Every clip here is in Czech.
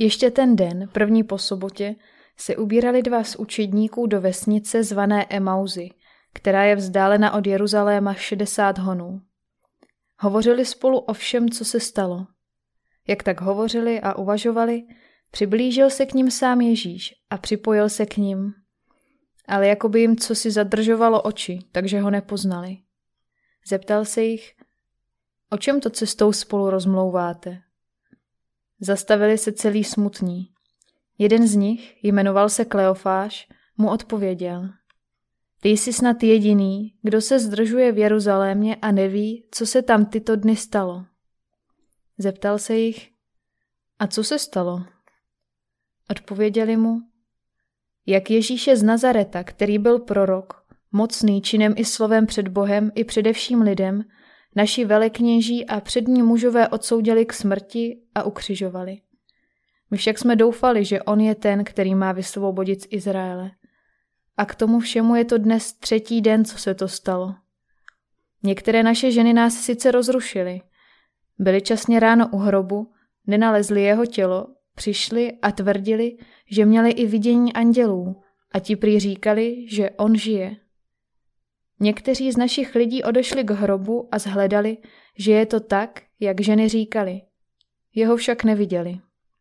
Ještě ten den, první po sobotě, se ubírali 2 z učedníků do vesnice zvané Emauzy, která je vzdálena od Jeruzaléma 60 honů. Hovořili spolu o všem, co se stalo. Jak tak hovořili a uvažovali, přiblížil se k ním sám Ježíš a připojil se k ním. Ale jako by jim cosi zadržovalo oči, takže ho nepoznali. Zeptal se jich, o čem to cestou spolu rozmlouváte? Zastavili se celý smutní. Jeden z nich, jmenoval se Kleofáš, mu odpověděl. Ty jsi snad jediný, kdo se zdržuje v Jeruzalémě a neví, co se tam tyto dny stalo. Zeptal se jich, a co se stalo? Odpověděli mu, jak Ježíše z Nazareta, který byl prorok, mocný činem i slovem před Bohem i především lidem, naši velekněží a přední mužové odsoudili k smrti a ukřižovali. My však jsme doufali, že on je ten, který má vysvobodit z Izraele. A k tomu všemu je to dnes 3. den, co se to stalo. Některé naše ženy nás sice rozrušily. Byly časně ráno u hrobu, nenalezli jeho tělo, přišli a tvrdili, že měli i vidění andělů a ti prý říkali, že on žije. Někteří z našich lidí odešli k hrobu a shledali, že je to tak, jak ženy říkali. Jeho však neviděli.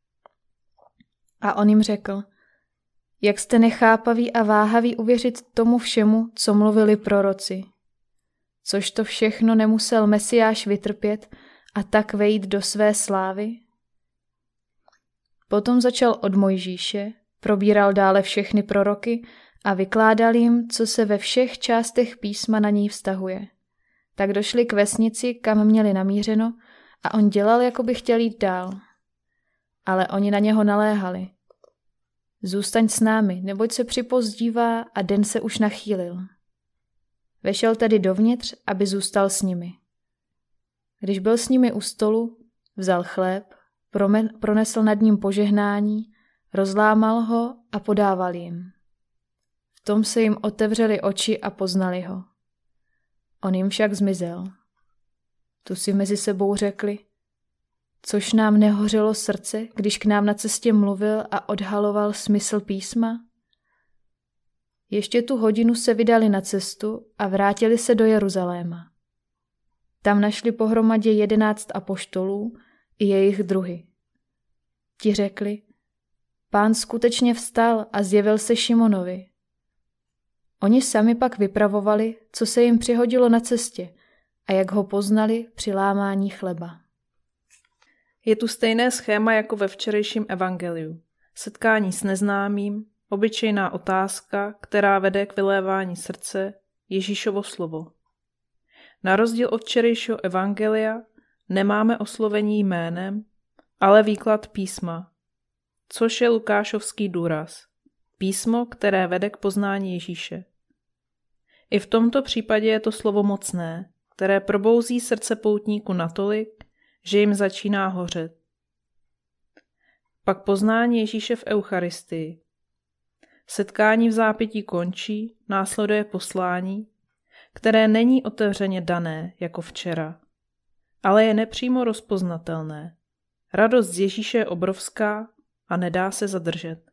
A on jim řekl, jak jste nechápaví a váhaví uvěřit tomu všemu, co mluvili proroci. Což to všechno nemusel Mesiáš vytrpět a tak vejít do své slávy? Potom začal od Mojžíše, probíral dále všechny proroky a vykládal jim, co se ve všech částech písma na něj vztahuje. Tak došli k vesnici, kam měli namířeno, a on dělal, jako by chtěl jít dál. Ale oni na něho naléhali. Zůstaň s námi, neboť se připozdívá a den se už nachýlil. Vešel tedy dovnitř, aby zůstal s nimi. Když byl s nimi u stolu, vzal chléb, pronesl nad ním požehnání, rozlámal ho a podával jim. V tom se jim otevřely oči a poznali ho. On jim však zmizel. Tu si mezi sebou řekli, což nám nehořelo srdce, když k nám na cestě mluvil a odhaloval smysl písma? Ještě tu hodinu se vydali na cestu a vrátili se do Jeruzaléma. Tam našli pohromadě 11 apoštolů i jejich druhy. Ti řekli, Pán skutečně vstal a zjevil se Šimonovi. Oni sami pak vypravovali, co se jim přihodilo na cestě a jak ho poznali při lámání chleba. Je tu stejné schéma jako ve včerejším evangeliu. Setkání s neznámým, obyčejná otázka, která vede k vylévání srdce, Ježíšovo slovo. Na rozdíl od včerejšího evangelia nemáme oslovení jménem, ale výklad písma, což je Lukášovský důraz. Písmo, které vede k poznání Ježíše. I v tomto případě je to slovo mocné, které probouzí srdce poutníku natolik, že jim začíná hořet. Pak poznání Ježíše v Eucharistii. Setkání v zápětí končí, následuje poslání, které není otevřeně dané jako včera, ale je nepřímo rozpoznatelné. Radost z Ježíše je obrovská a nedá se zadržet.